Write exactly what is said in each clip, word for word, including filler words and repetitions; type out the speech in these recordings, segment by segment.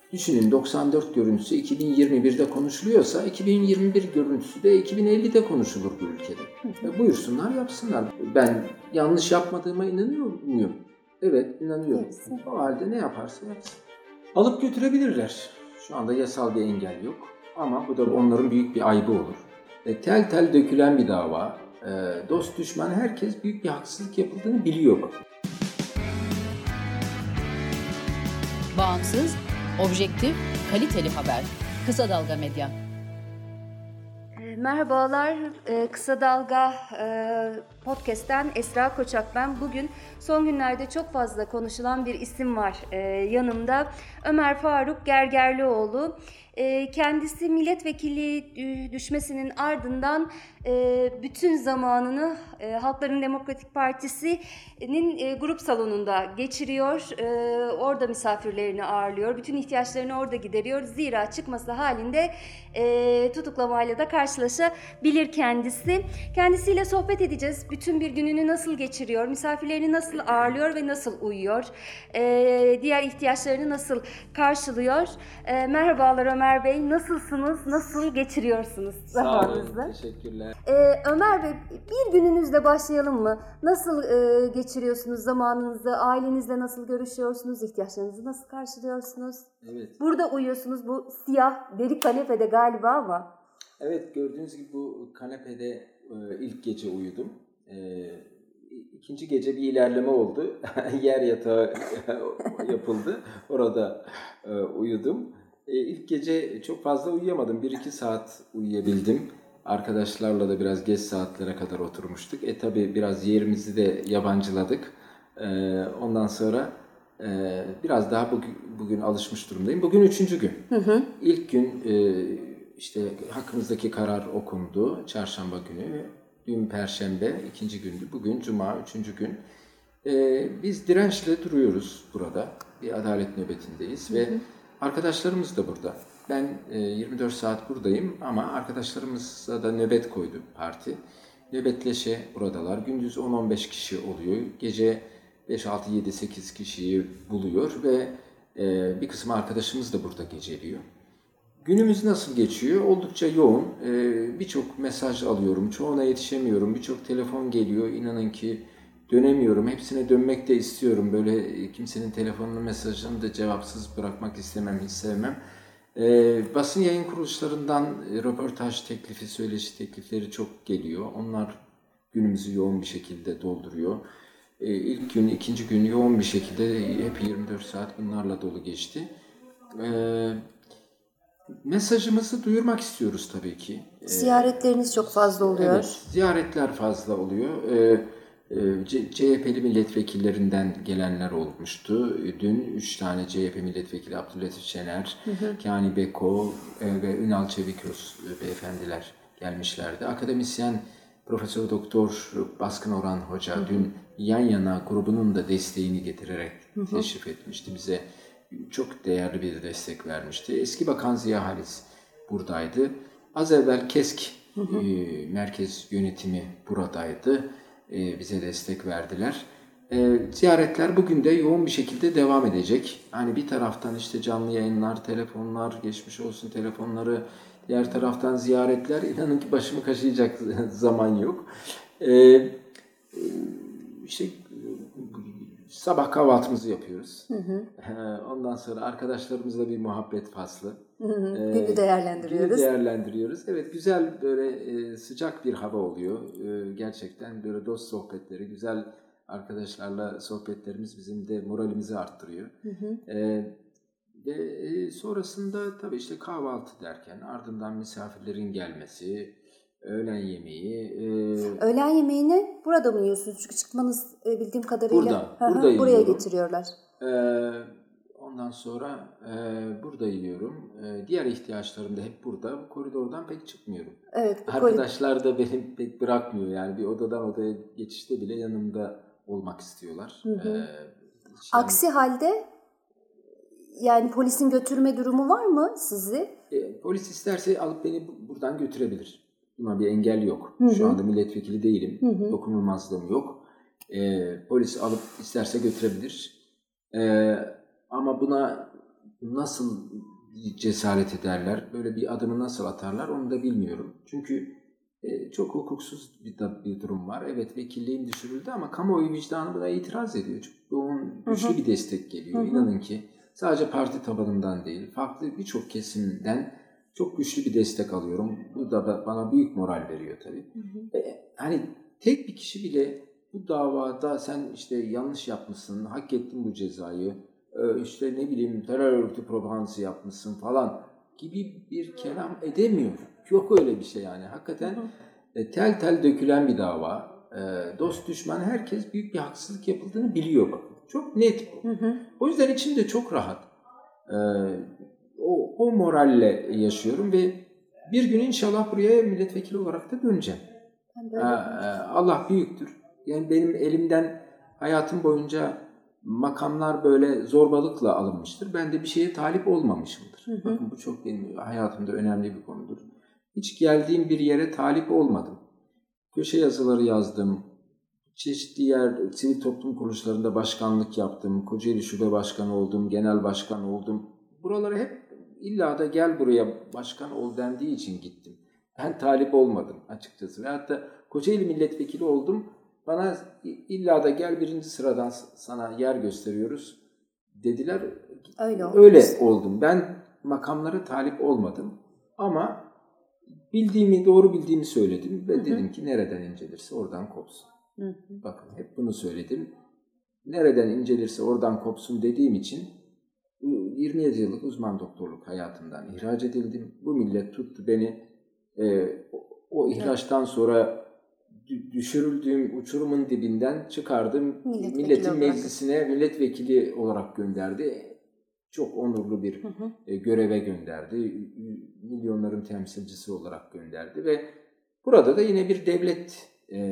Düşünün doksan dört görüntüsü iki bin yirmi birde konuşuluyorsa iki bin yirmi bir görüntüsü de iki bin ellide konuşulur bu ülkede. E buyursunlar yapsınlar. Ben yanlış yapmadığıma inanıyor muyum? Evet inanıyorum. Evet. O halde ne yaparsa yapsın. Alıp götürebilirler. Şu anda yasal bir engel yok. Ama bu da onların büyük bir ayıbı olur. E, tel tel dökülen bir dava. E, dost düşman herkes büyük bir haksızlık yapıldığını biliyor bak. Bağımsız, objektif, kaliteli haber. Kısa Dalga Medya. Merhabalar, Kısa Dalga Podcast'ten Esra Koçak ben. Bugün son günlerde çok fazla konuşulan bir isim var yanımda. Ömer Faruk Gergerlioğlu. Kendisi milletvekili düşmesinin ardından bütün zamanını Halkların Demokratik Partisi'nin grup salonunda geçiriyor. Orada misafirlerini ağırlıyor. Bütün ihtiyaçlarını orada gideriyor. Zira çıkması halinde tutuklamayla da karşılaşabilir kendisi. Kendisiyle sohbet edeceğiz. Bütün bir gününü nasıl geçiriyor, misafirlerini nasıl ağırlıyor ve nasıl uyuyor, diğer ihtiyaçlarını nasıl karşılıyor. Merhabalar Ömer Bey, nasılsınız, nasıl geçiriyorsunuz zamanınızı? Sağ olun, teşekkürler. Ömer Bey, bir gününüzle başlayalım mı? Nasıl geçiriyorsunuz zamanınızı, ailenizle nasıl görüşüyorsunuz, ihtiyaçlarınızı nasıl karşılıyorsunuz? Evet. Burada uyuyorsunuz, bu siyah deri kanepede galiba ama. Evet, gördüğünüz gibi bu kanepede e, ilk gece uyudum. E, ikinci gece bir ilerleme oldu. Yer yatağı yapıldı. Orada e, uyudum. E, ilk gece çok fazla uyuyamadım. bir iki saat uyuyabildim. Arkadaşlarla da biraz geç saatlere kadar oturmuştuk. E tabi biraz yerimizi de yabancıladık. E, ondan sonra e, biraz daha bugün, bugün alışmış durumdayım. Bugün üçüncü gün. Hı hı. İlk gün e, işte hakkımızdaki karar okundu. Çarşamba günü. Dün Perşembe ikinci gündü. Bugün Cuma üçüncü gün. E, biz dirençle duruyoruz burada. Bir adalet nöbetindeyiz. Hı hı. Ve arkadaşlarımız da burada. Ben yirmi dört saat buradayım ama arkadaşlarımıza da nöbet koydu parti. Nöbetleşe buradalar. Gündüz on on beş kişi oluyor. Gece beş altı yedi sekiz kişiyi buluyor ve bir kısım arkadaşımız da burada geceliyor. Günümüz nasıl geçiyor? Oldukça yoğun. Birçok mesaj alıyorum. Çoğuna yetişemiyorum. Birçok telefon geliyor. İnanın ki dönemiyorum. Hepsine dönmek de istiyorum. Böyle kimsenin telefonunu, mesajını da cevapsız bırakmak istemem, hiç sevmem. Ee, basın yayın kuruluşlarından röportaj teklifi, söyleşi teklifleri çok geliyor. Onlar günümüzü yoğun bir şekilde dolduruyor. Ee, ilk gün, ikinci gün yoğun bir şekilde hep yirmi dört saat bunlarla dolu geçti. Ee, mesajımızı duyurmak istiyoruz tabii ki. Ee, Ziyaretleriniz çok fazla oluyor. Evet, ziyaretler fazla oluyor. Ee, C H P'li milletvekillerinden gelenler olmuştu. Dün üç tane C H P milletvekili Abdüllatif Şener, hı hı. Kani Beko ve Ünal Çeviköz beyefendiler gelmişlerdi. Akademisyen Profesör Doktor Baskın Orhan Hoca, hı hı. dün yan yana grubunun da desteğini getirerek hı hı. teşrif etmişti. Bize çok değerli bir destek vermişti. Eski Bakan Ziya Halis buradaydı. Az evvel KESK hı hı. E, merkez yönetimi buradaydı. Bize destek verdiler. E, ziyaretler bugün de yoğun bir şekilde devam edecek. Hani bir taraftan işte canlı yayınlar, telefonlar, geçmiş olsun telefonları, diğer taraftan ziyaretler. İnanın ki başımı kaşıyacak zaman yok. E, işte sabah kahvaltımızı yapıyoruz. Hı hı. Ondan sonra arkadaşlarımızla bir muhabbet faslı. Hı hı. Günü değerlendiriyoruz. Günü değerlendiriyoruz. Evet, güzel böyle e, sıcak bir hava oluyor. E, gerçekten böyle dost sohbetleri, güzel arkadaşlarla sohbetlerimiz bizim de moralimizi arttırıyor. Hı hı. E, ve e, sonrasında tabii işte kahvaltı derken ardından misafirlerin gelmesi, öğlen yemeği. E, öğlen yemeğini burada mı yiyorsunuz? Çünkü çıkmanız e, bildiğim kadarıyla burada, hı hı, burada buraya getiriyorlar. Evet. Ondan sonra e, burada yiyorum. E, diğer ihtiyaçlarım da hep burada. Bu koridordan pek çıkmıyorum. Evet. Arkadaşlar koridor... da beni pek bırakmıyor. Yani bir odadan odaya geçişte bile yanımda olmak istiyorlar. Hı hı. E, Aksi yani... halde yani polisin götürme durumu var mı sizi? E, polis isterse alıp beni buradan götürebilir. Buna bir engel yok. Hı hı. Şu anda milletvekili değilim. Hı hı. Dokunulmazlığım yok. E, polis alıp isterse götürebilir. E, Ama buna nasıl cesaret ederler, böyle bir adımı nasıl atarlar onu da bilmiyorum. Çünkü e, çok hukuksuz bir, bir durum var. Evet, vekilliğim düşürüldü ama kamuoyu vicdanı buna itiraz ediyor. Çok yoğun, güçlü hı hı. bir destek geliyor. Hı hı. İnanın ki sadece parti tabanından değil, farklı birçok kesimden çok güçlü bir destek alıyorum. Bu da bana büyük moral veriyor tabii. Hı hı. E, hani tek bir kişi bile bu davada sen işte yanlış yapmışsın, hak ettin bu cezayı, e, işte ne bileyim terör örgütü propagandası yapmışsın falan gibi bir kelam edemiyor. Yok öyle bir şey yani. Hakikaten hı hı. E, tel tel dökülen bir dava. E, dost düşman herkes büyük bir haksızlık yapıldığını biliyor bakın. Çok net bu. Hı hı. O yüzden içim de çok rahat. E, o, o moralle yaşıyorum ve bir gün inşallah buraya milletvekili olarak da döneceğim. E, e, Allah büyüktür. Yani benim elimden hayatım boyunca makamlar böyle zorbalıkla alınmıştır. Ben de bir şeye talip olmamışımdır. Hı hı. Bakın bu çok benim hayatımda önemli bir konudur. Hiç geldiğim bir yere talip olmadım. Köşe yazıları yazdım. Çeşitli yer, sivil toplum kuruluşlarında başkanlık yaptım. Kocaeli Şube Başkanı oldum, genel başkan oldum. Buralara hep illa da gel buraya başkan ol dendiği için gittim. Ben talip olmadım açıkçası. Ve hatta Kocaeli milletvekili oldum. Bana illa da gel birinci sıradan sana yer gösteriyoruz dediler. Öyle, Öyle oldum. Ben makamlara talip olmadım. Ama bildiğimi, doğru bildiğimi söyledim. Ve hı hı. dedim ki nereden incelirse oradan kopsun. Hı hı. Bakın hep bunu söyledim. Nereden incelirse oradan kopsun dediğim için yirmi yedi yıllık uzman doktorluk hayatımdan ihraç edildim. Bu millet tuttu beni. E, o ihraçtan sonra düşürüldüğüm uçurumun dibinden çıkardım. Milletvekili Milletin olarak. Meclisine milletvekili olarak gönderdi. Çok onurlu bir hı hı. E, göreve gönderdi. Milyonların temsilcisi olarak gönderdi ve burada da yine bir devlet e,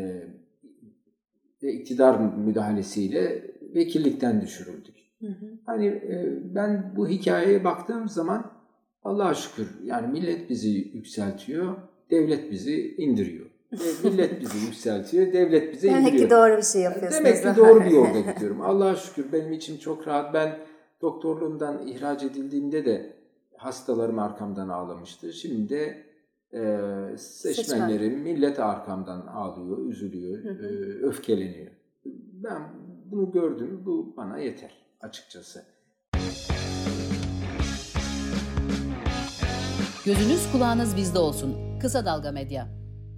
ve iktidar müdahalesiyle vekillikten düşürüldük. Hı hı. Hani e, ben bu hikayeye baktığım zaman Allah'a şükür yani millet bizi yükseltiyor, devlet bizi indiriyor. Millet bizi yükseltiyor, devlet bizi indiriyor. Demek ki doğru bir şey yapıyorsunuz. Demek ki doğru bir yolda gidiyorum. Allah'a şükür benim içim çok rahat. Ben doktorluğumdan ihraç edildiğimde de hastalarım arkamdan ağlamıştı. Şimdi de e, seçmenlerim, Seçmen. millet arkamdan ağlıyor, üzülüyor, hı hı. E, öfkeleniyor. Ben bunu gördüm, bu bana yeter açıkçası. Gözünüz kulağınız bizde olsun. Kısa Dalga Medya.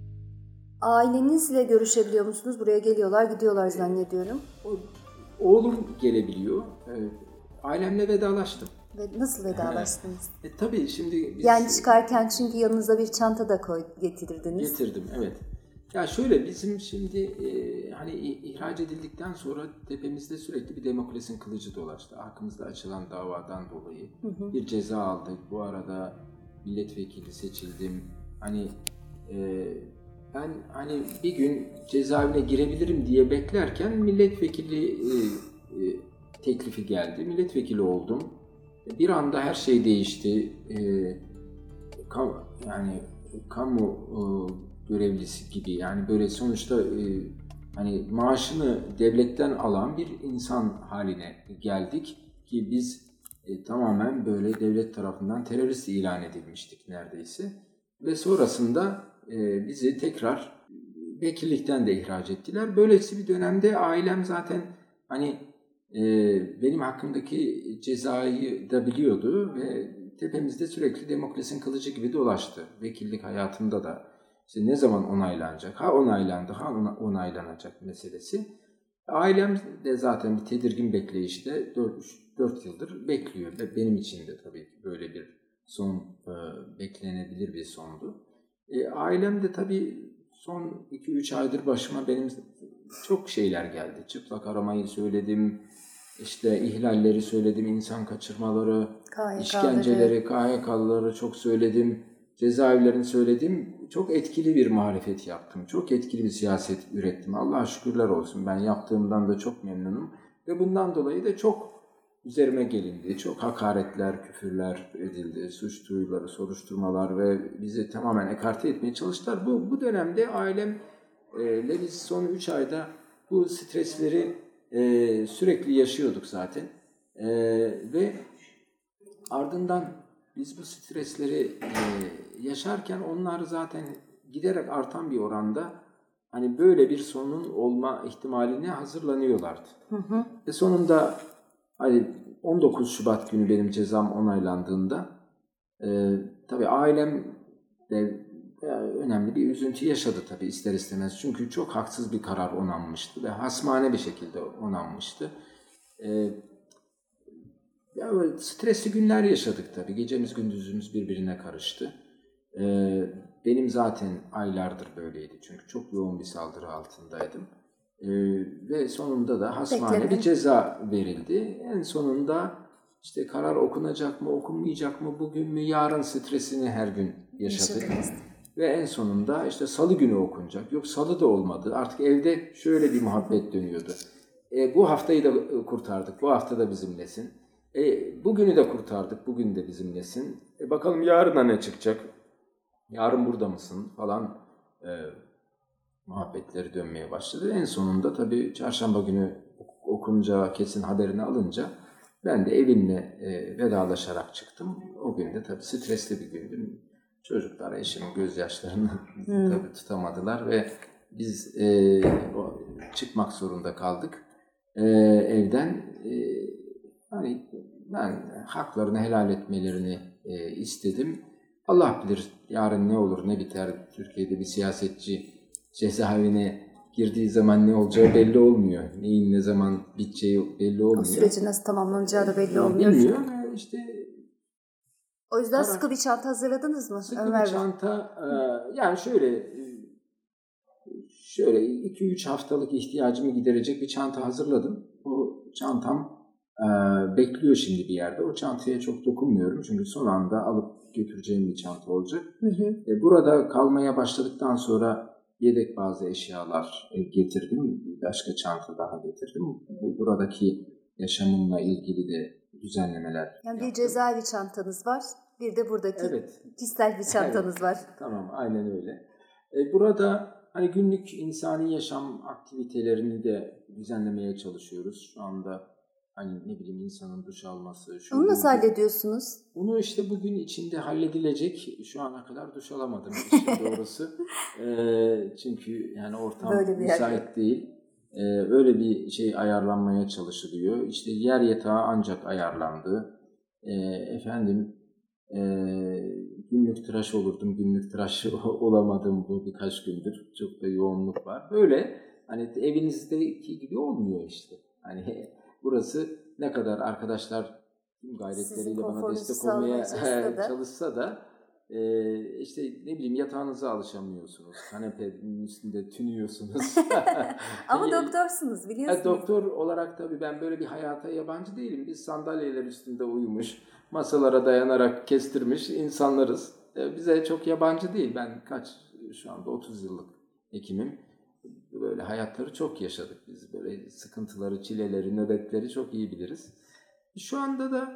Ailenizle görüşebiliyor musunuz? Buraya geliyorlar, gidiyorlar zannediyorum. Oğlum gelebiliyor. Ailemle vedalaştım. Ve nasıl vedalaştınız? E, tabii şimdi biz... Yani çıkarken çünkü yanınıza bir çanta da koy, getirdiniz. Getirdim, evet. Ya şöyle bizim şimdi e, hani ihraç edildikten sonra tepemizde sürekli bir Demokles'in kılıcı dolaştı. Arkamızda açılan davadan dolayı hı hı. bir ceza aldık. Bu arada milletvekili seçildim. Hani e, ben hani bir gün cezaevine girebilirim diye beklerken milletvekili e, e, teklifi geldi. Milletvekili oldum. Bir anda her şey değişti. E, kam, yani kamu e, görevlisi gibi yani böyle sonuçta e, hani maaşını devletten alan bir insan haline geldik ki biz e, tamamen böyle devlet tarafından terörist ilan edilmiştik neredeyse ve sonrasında e, bizi tekrar vekillikten de ihraç ettiler. Böylesi bir dönemde ailem zaten hani e, benim hakkımdaki cezayı da biliyordu ve tepemizde sürekli Demokles'in kılıcı gibi dolaştı. Vekillik hayatımda da İşte ne zaman onaylanacak? Ha onaylandı, ha onaylanacak meselesi. Ailem de zaten bir tedirgin bekleyişte dört yıldır bekliyor. Ve benim için de tabii ki böyle bir son e, beklenebilir bir sondu. E, ailem de tabii son iki üç aydır başıma benim çok şeyler geldi. Çıplak aramayı söyledim, işte ihlalleri söyledim, insan kaçırmaları, K Y K'ları. işkenceleri, K Y K'ları çok söyledim. Cezaevlerini söylediğim çok etkili bir muhalefet yaptım. Çok etkili bir siyaset ürettim. Allah'a şükürler olsun. Ben yaptığımdan da çok memnunum. Ve bundan dolayı da çok üzerime gelindi. Çok hakaretler, küfürler edildi. Suç duyuruları, soruşturmalar ve bizi tamamen ekarte etmeye çalıştılar. Bu, bu dönemde ailemle biz son üç ayda bu stresleri e, sürekli yaşıyorduk zaten. E, ve ardından biz bu stresleri e, yaşarken onlar zaten giderek artan bir oranda hani böyle bir sonun olma ihtimaline hazırlanıyorlardı. Hı hı. Ve sonunda hani on dokuz Şubat günü benim cezam onaylandığında e, tabii ailem de önemli bir üzüntü yaşadı tabii ister istemez. Çünkü çok haksız bir karar onanmıştı ve hasmane bir şekilde onanmıştı. E, ya böyle stresli günler yaşadık tabii. Gecemiz gündüzümüz birbirine karıştı. E, benim zaten aylardır böyleydi. Çünkü çok yoğun bir saldırı altındaydım. Ee, ve sonunda da hasmane Bekleme. bir ceza verildi. En sonunda işte karar okunacak mı, okunmayacak mı, bugün mü, yarın stresini her gün yaşadık. Yaşadınız. Ve en sonunda işte salı günü okunacak. Yok salı da olmadı. Artık evde şöyle bir muhabbet dönüyordu. E, bu haftayı da kurtardık, bu hafta da bizimlesin. E, bugünü de kurtardık, bugün de bizimlesin. E, bakalım yarına ne çıkacak? Yarın burada mısın falan e, muhabbetleri dönmeye başladı. En sonunda tabii çarşamba günü okunca, kesin haberini alınca ben de evimle e, vedalaşarak çıktım. O gün de tabii stresli bir gündü. Çocuklar eşimin gözyaşlarını Hmm. tabii tutamadılar ve biz e, o, çıkmak zorunda kaldık e, evden. E, hani ben haklarını helal etmelerini e, istedim. Allah bilir yarın ne olur ne biter. Türkiye'de bir siyasetçi cezaevine girdiği zaman ne olacağı belli olmuyor. Neyin ne zaman biteceği belli olmuyor. O sürecin nasıl tamamlanacağı da belli olmuyor. Bilmiyor. İşte o yüzden karar, sıkı bir çanta hazırladınız mı? Sıkı Ömer bir çanta e, yani şöyle şöyle iki üç haftalık ihtiyacımı giderecek bir çanta hazırladım. O çantam e, bekliyor şimdi bir yerde. O çantaya çok dokunmuyorum. Çünkü son anda alıp götüreceğim bir çanta olacak. Hı hı. E, burada kalmaya başladıktan sonra yedek bazı eşyalar e, getirdim. Başka çanta daha getirdim. Bu, buradaki yaşamımla ilgili de düzenlemeler Yani yaptım. bir cezaevi çantanız var. Bir de buradaki Evet. kişisel bir çantanız Evet. var. Tamam, aynen öyle. E, burada hani günlük insani yaşam aktivitelerini de düzenlemeye çalışıyoruz. Şu anda hani ne bileyim insanın duş alması. Şu Onu nasıl bu- hallediyorsunuz? Onu işte bugün içinde halledilecek. Şu ana kadar duş alamadım işin doğrusu. E, çünkü yani ortam Böyle bir yer müsait yok. değil. E, öyle bir şey ayarlanmaya çalışılıyor. İşte yer yatağı ancak ayarlandı. E, efendim e, günlük tıraş olurdum. Günlük tıraş olamadım bu birkaç gündür. Çok da yoğunluk var. Böyle hani evinizdeki gibi olmuyor işte. Hani burası ne kadar arkadaşlar tüm gayretleriyle bana konforunuzu destek sağlamaya olmaya çalışsa da. çalışsa da e, işte ne bileyim yatağınıza alışamıyorsunuz. Kanepenin üstünde tünüyorsunuz. Ama E, doktorsunuz biliyorsunuz. Ha, doktor olarak tabii ben böyle bir hayata yabancı değilim. Biz sandalyeler üstünde uyumuş, masalara dayanarak kestirmiş insanlarız. E, bize çok yabancı değil. Ben kaç, şu anda otuz yıllık hekimim. Böyle hayatları çok yaşadık biz. Böyle sıkıntıları, çileleri, nöbetleri çok iyi biliriz. Şu anda da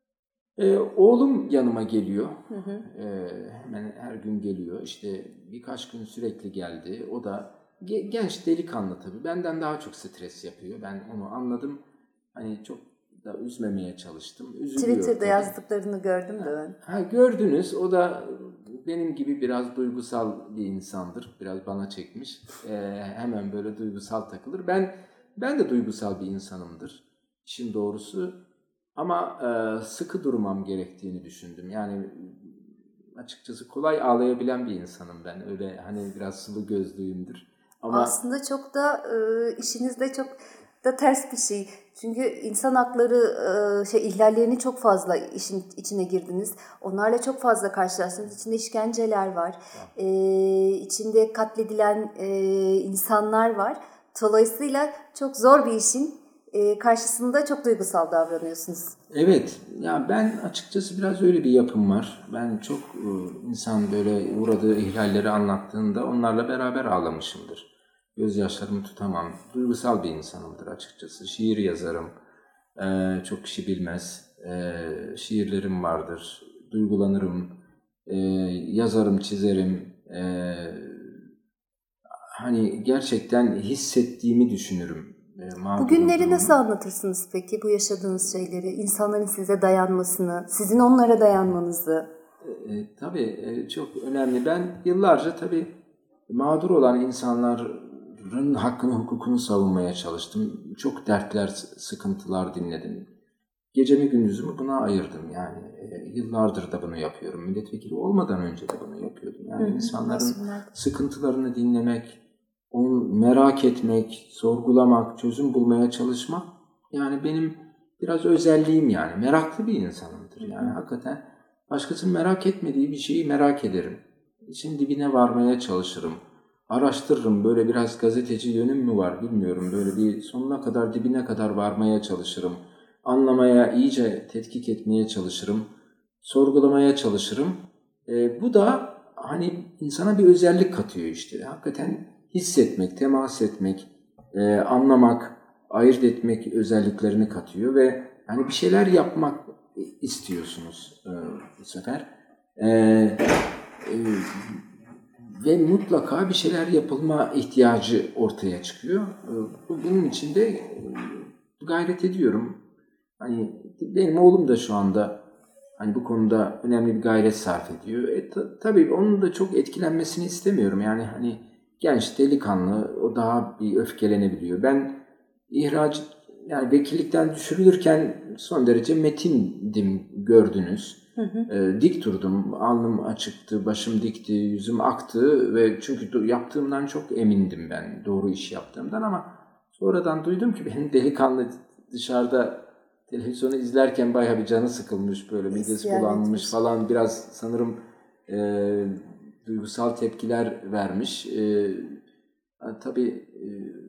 e, oğlum yanıma geliyor. Hı hı. E, hemen her gün geliyor. İşte birkaç gün sürekli geldi. O da genç delikanlı tabii. Benden daha çok stres yapıyor. Ben onu anladım. Hani çok da üzmemeye çalıştım. Üzülüyor Twitter'da tabii. yazdıklarını gördüm de ben. Ha, gördünüz. O da benim gibi biraz duygusal bir insandır. Biraz bana çekmiş. Ee, hemen böyle duygusal takılır. Ben ben de duygusal bir insanımdır. İşin doğrusu. Ama e, sıkı durmam gerektiğini düşündüm. Yani açıkçası kolay ağlayabilen bir insanım ben. Öyle hani biraz sıvı gözlüyümdür. Ama Aslında çok da e, işinizde çok da ters bir şey. Çünkü insan hakları e, şey ihlallerini çok fazla işin içine girdiniz. Onlarla çok fazla karşılaştınız. İçinde işkenceler var. E, içinde katledilen e, insanlar var. Dolayısıyla çok zor bir işin e, karşısında çok duygusal davranıyorsunuz. evet, ya ben açıkçası biraz öyle bir yapım var. Ben çok e, insan böyle uğradığı ihlalleri anlattığında onlarla beraber ağlamışımdır. Gözyaşlarımı tutamam. Duygusal bir insanımdır açıkçası. Şiir yazarım. E, çok kişi bilmez. E, şiirlerim vardır. Duygulanırım. E, yazarım, çizerim. E, hani gerçekten hissettiğimi düşünürüm. e, mağdurun Bugünleri durumunu. nasıl anlatırsınız peki, bu yaşadığınız şeyleri? İnsanların size dayanmasını, sizin onlara dayanmanızı. E, tabii e, çok önemli. Ben yıllarca tabii mağdur olan insanların hakkını, hukukunu savunmaya çalıştım. Çok dertler, sıkıntılar dinledim. Gecemi gündüzümü buna ayırdım. Yani e, yıllardır da bunu yapıyorum. Milletvekili olmadan önce de bunu yapıyordum. Yani Hı hı, insanların aslında. sıkıntılarını dinlemek, onu merak etmek, sorgulamak, çözüm bulmaya çalışmak, yani benim biraz özelliğim yani. Meraklı bir insanımdır. Yani Hı hı. hakikaten başkasının merak etmediği bir şeyi merak ederim. İçin dibine varmaya çalışırım. Araştırırım. Böyle biraz gazeteci yönüm mü var bilmiyorum. Böyle bir sonuna kadar, dibine kadar varmaya çalışırım. Anlamaya, iyice tetkik etmeye çalışırım. Sorgulamaya çalışırım. E, bu da hani insana bir özellik katıyor işte. Hakikaten hissetmek, temas etmek, e, anlamak, ayırt etmek özelliklerini katıyor ve hani bir şeyler yapmak istiyorsunuz e, bu sefer. E, e, ve mutlaka bir şeyler yapılma ihtiyacı ortaya çıkıyor. E, bunun için de e, gayret ediyorum. Hani benim oğlum da şu anda hani bu konuda önemli bir gayret sarf ediyor. E, ta, tabii onun da çok etkilenmesini istemiyorum. Yani hani genç, delikanlı, o daha bir öfkelenebiliyor. Ben ihraç, yani vekillikten düşürülürken son derece metindim, gördünüz. Hı hı. E, dik durdum, alnım açıktı, başım dikti, yüzüm aktı ve çünkü yaptığımdan çok emindim ben, doğru iş yaptığımdan, ama sonradan duydum ki benim delikanlı dışarıda televizyonu izlerken bayağı bir canı sıkılmış, böyle midesi İsyan bulanmış etmiş. falan, biraz sanırım e, duygusal tepkiler vermiş. E, tabii e,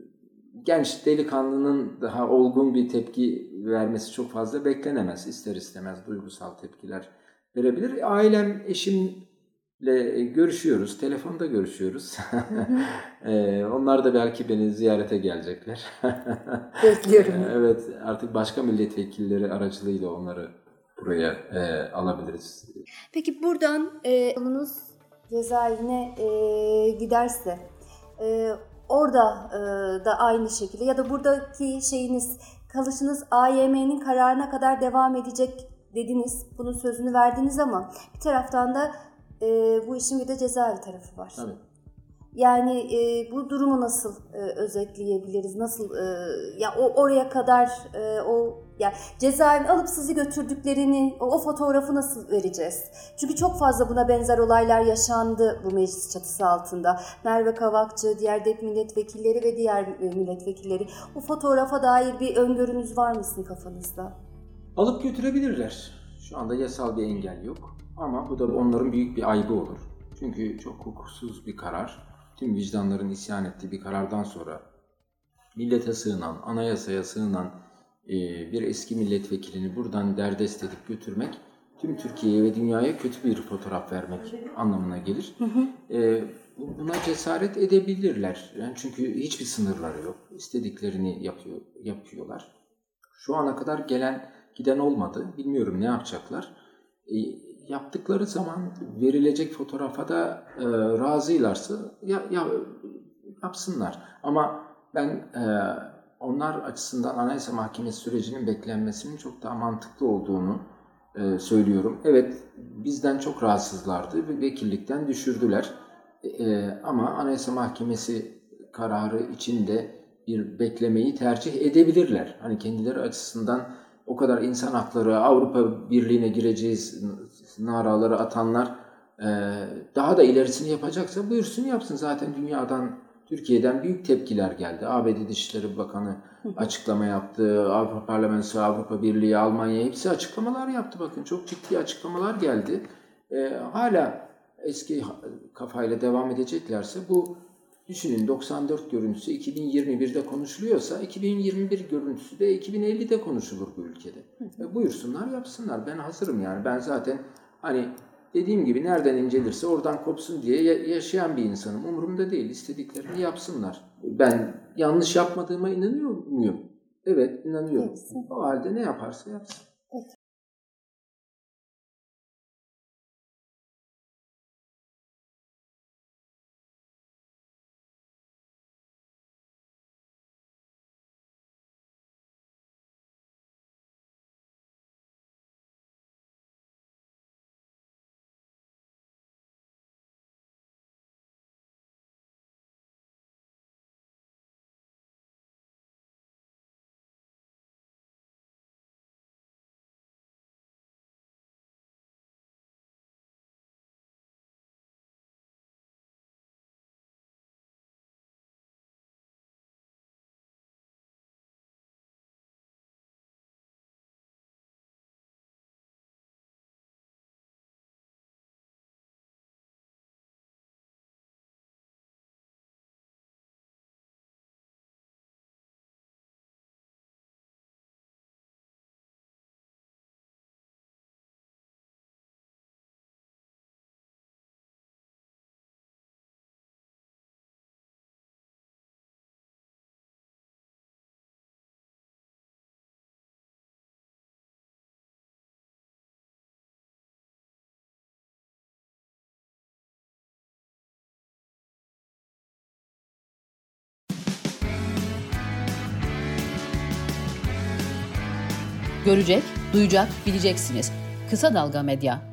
genç delikanlının daha olgun bir tepki vermesi çok fazla beklenemez. İster istemez duygusal tepkiler verebilir. Ailem, eşimle görüşüyoruz, telefonda görüşüyoruz. Hı hı. e, onlar da belki beni ziyarete gelecekler. Bekliyorum. Evet, artık başka milletvekilleri aracılığıyla onları buraya e, alabiliriz. Peki buradan e, yolunuz cezaevine e, giderse e, orada e, da aynı şekilde ya da buradaki şeyiniz, kalışınız A Y M'nin kararına kadar devam edecek dediniz. Bunun sözünü verdiniz ama bir taraftan da e, bu işin bir de cezaevi tarafı var. Tabii. Yani e, bu durumu nasıl e, özetleyebiliriz? Nasıl e, ya o oraya kadar e, o ya cezaevine alıp sizi götürdüklerini, o, o fotoğrafı nasıl vereceğiz? Çünkü çok fazla buna benzer olaylar yaşandı bu meclis çatısı altında. Merve Kavakçı, diğer D E P milletvekilleri ve diğer e, milletvekilleri. O fotoğrafa dair bir öngörünüz var mı sizin kafanızda? Alıp götürebilirler. Şu anda yasal bir engel yok. Ama bu da onların büyük bir ayıbı olur. Çünkü çok hukuksuz bir karar. Tüm vicdanların isyan ettiği bir karardan sonra millete sığınan, anayasaya sığınan e, bir eski milletvekilini buradan derdest edip götürmek, tüm Türkiye'ye ve dünyaya kötü bir fotoğraf vermek anlamına gelir. Hı hı. E, buna cesaret edebilirler. Yani çünkü hiçbir sınırları yok. İstediklerini yapıyor, yapıyorlar. Şu ana kadar gelen giden olmadı. Bilmiyorum ne yapacaklar. E, yaptıkları zaman verilecek fotoğrafa da e, razıylarsa ya, ya yapsınlar. Ama ben e, onlar açısından Anayasa Mahkemesi sürecinin beklenmesinin çok daha mantıklı olduğunu e, söylüyorum. Evet, bizden çok rahatsızlardı ve vekillikten düşürdüler. E, ama Anayasa Mahkemesi kararı içinde bir beklemeyi tercih edebilirler. Hani kendileri açısından o kadar insan hakları, Avrupa Birliği'ne gireceğiz naraları atanlar e, daha da ilerisini yapacaksa buyursun yapsın. Zaten dünyadan, Türkiye'den büyük tepkiler geldi. A B D Dışişleri Bakanı açıklama yaptı. Avrupa Parlamentosu, Avrupa Birliği, Almanya hepsi açıklamalar yaptı. Bakın çok ciddi açıklamalar geldi. E, hala eski kafayla devam edeceklerse bu, düşünün, doksan dört görüntüsü iki bin yirmi birde konuşuluyorsa iki bin yirmi bir görüntüsü de iki bin ellide konuşulur bu ülkede. E, buyursunlar yapsınlar. Ben hazırım yani. Ben zaten hani dediğim gibi nereden incelirse oradan kopsun diye yaşayan bir insanım. Umurumda değil. İstediklerini yapsınlar. Ben yanlış yapmadığıma inanıyor muyum? Evet, inanıyorum. Hepsi. O halde ne yaparsa yapsın. Görecek, duyacak, bileceksiniz. Kısa Dalga Medya.